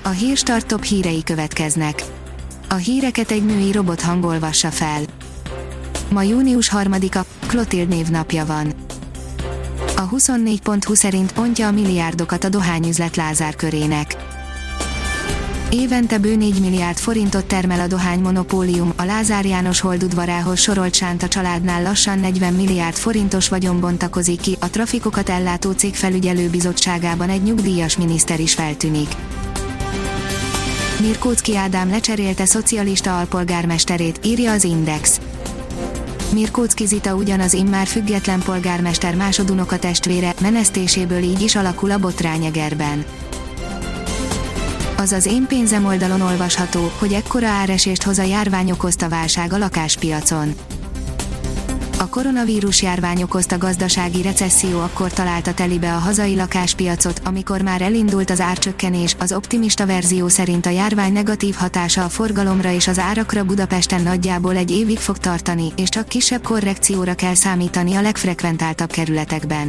A Hírstart top hírei következnek. A híreket egy női robothang olvassa fel. Ma június 3-a, Klotild névnapja van. A 24.20 szerint ontja a milliárdokat a dohányüzlet Lázár körének. Évente bő 4 milliárd forintot termel a dohánymonopólium, a Lázár János holdudvarához sorolt Sánta családnál lassan 40 milliárd forintos vagyon bontakozik ki, a trafikokat ellátó cég felügyelőbizottságában egy nyugdíjas miniszter is feltűnik. Mirkóczky Ádám lecserélte szocialista alpolgármesterét, írja az Index. Mirkóczky Zita ugyanaz immár független polgármester másodunoka testvére, menesztéséből így is alakul a botrány Egerben. Az az Én pénzem oldalon olvasható, hogy ekkora áresést hoz a járvány okozta válság a lakáspiacon. A koronavírus járvány okozta gazdasági recesszió akkor találta telibe a hazai lakáspiacot, amikor már elindult az árcsökkenés. Az optimista verzió szerint a járvány negatív hatása a forgalomra és az árakra Budapesten nagyjából egy évig fog tartani, és csak kisebb korrekcióra kell számítani a legfrekventáltabb kerületekben.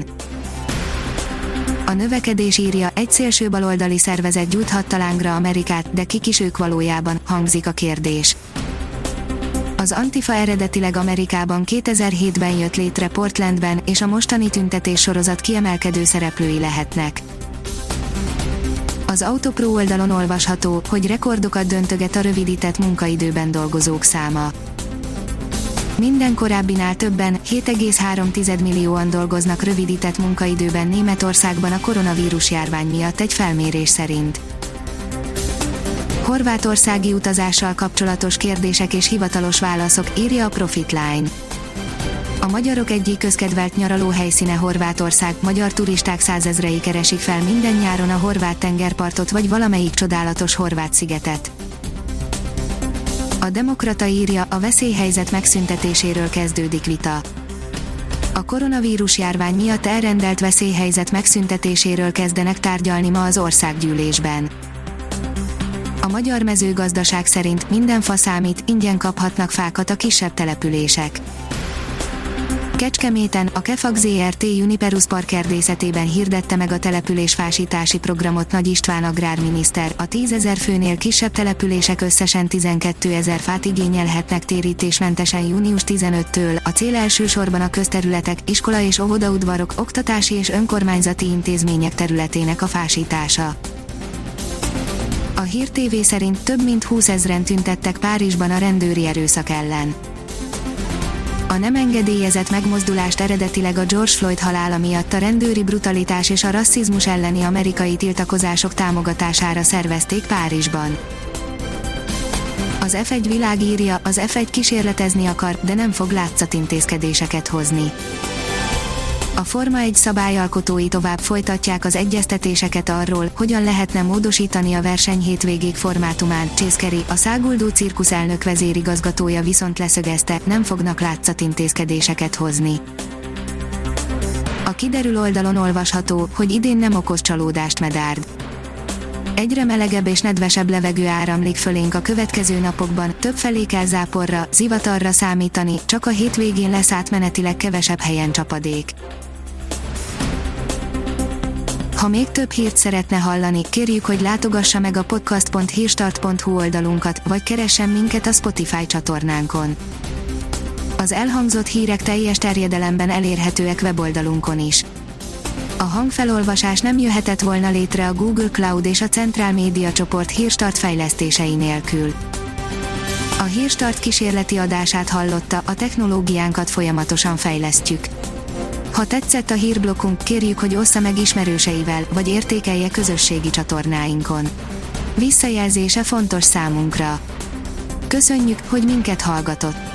A növekedés írja, egy szélsőbaloldali szervezet gyújthatta lángra Amerikát, de kik is ők valójában, hangzik a kérdés. Az Antifa eredetileg Amerikában 2007-ben jött létre Portlandben, és a mostani tüntetés sorozat kiemelkedő szereplői lehetnek. Az Autopro oldalon olvasható, hogy rekordokat döntöget a rövidített munkaidőben dolgozók száma. Minden korábbinál többen, 7,3 millióan dolgoznak rövidített munkaidőben Németországban a koronavírus járvány miatt egy felmérés szerint. Horvátországi utazással kapcsolatos kérdések és hivatalos válaszok, írja a Profitline. A magyarok egyik közkedvelt nyaraló helyszíne Horvátország, magyar turisták százezrei keresik fel minden nyáron a horvát tengerpartot vagy valamelyik csodálatos horvát szigetet. A Demokrata írja, a veszélyhelyzet megszüntetéséről kezdődik vita. A koronavírus járvány miatt elrendelt veszélyhelyzet megszüntetéséről kezdenek tárgyalni ma az országgyűlésben. A magyar mezőgazdaság szerint minden fa számít, ingyen kaphatnak fákat a kisebb települések. Kecskeméten a Kefag Zrt. Uniperus parkerdészetében hirdette meg a településfásítási programot Nagy István agrárminiszter. A 10 000 főnél kisebb települések összesen 12 000 fát igényelhetnek térítésmentesen június 15-től. A cél elsősorban a közterületek, iskola és óvodaudvarok, oktatási és önkormányzati intézmények területének a fásítása. A Hír TV szerint több mint 20 000-en tüntettek Párizsban a rendőri erőszak ellen. A nem engedélyezett megmozdulást eredetileg a George Floyd halála miatt a rendőri brutalitás és a rasszizmus elleni amerikai tiltakozások támogatására szervezték Párizsban. Az F1 világ írja, az F1 kísérletezni akar, de nem fog látszatintézkedéseket hozni. A Forma 1 szabályalkotói tovább folytatják az egyeztetéseket arról, hogyan lehetne módosítani a verseny hétvégék formátumán. Chase Carey, a száguldó cirkusz elnök vezérigazgatója viszont leszögezte, nem fognak látszatintézkedéseket hozni. A Kiderül oldalon olvasható, hogy idén nem okoz csalódást Medárd. Egyre melegebb és nedvesebb levegő áramlik fölénk a következő napokban, többfelé kell záporra, zivatarra számítani, csak a hétvégén lesz átmenetileg kevesebb helyen csapadék. Ha még több hírt szeretne hallani, kérjük, hogy látogassa meg a podcast.hírstart.hu oldalunkat, vagy keressen minket a Spotify csatornánkon. Az elhangzott hírek teljes terjedelemben elérhetőek weboldalunkon is. A hangfelolvasás nem jöhetett volna létre a Google Cloud és a Centrál Média csoport Hírstart fejlesztései nélkül. A Hírstart kísérleti adását hallotta, a technológiánkat folyamatosan fejlesztjük. Ha tetszett a hírblokkunk, kérjük, hogy ossza meg ismerőseivel, vagy értékelje közösségi csatornáinkon. Visszajelzése fontos számunkra. Köszönjük, hogy minket hallgatott!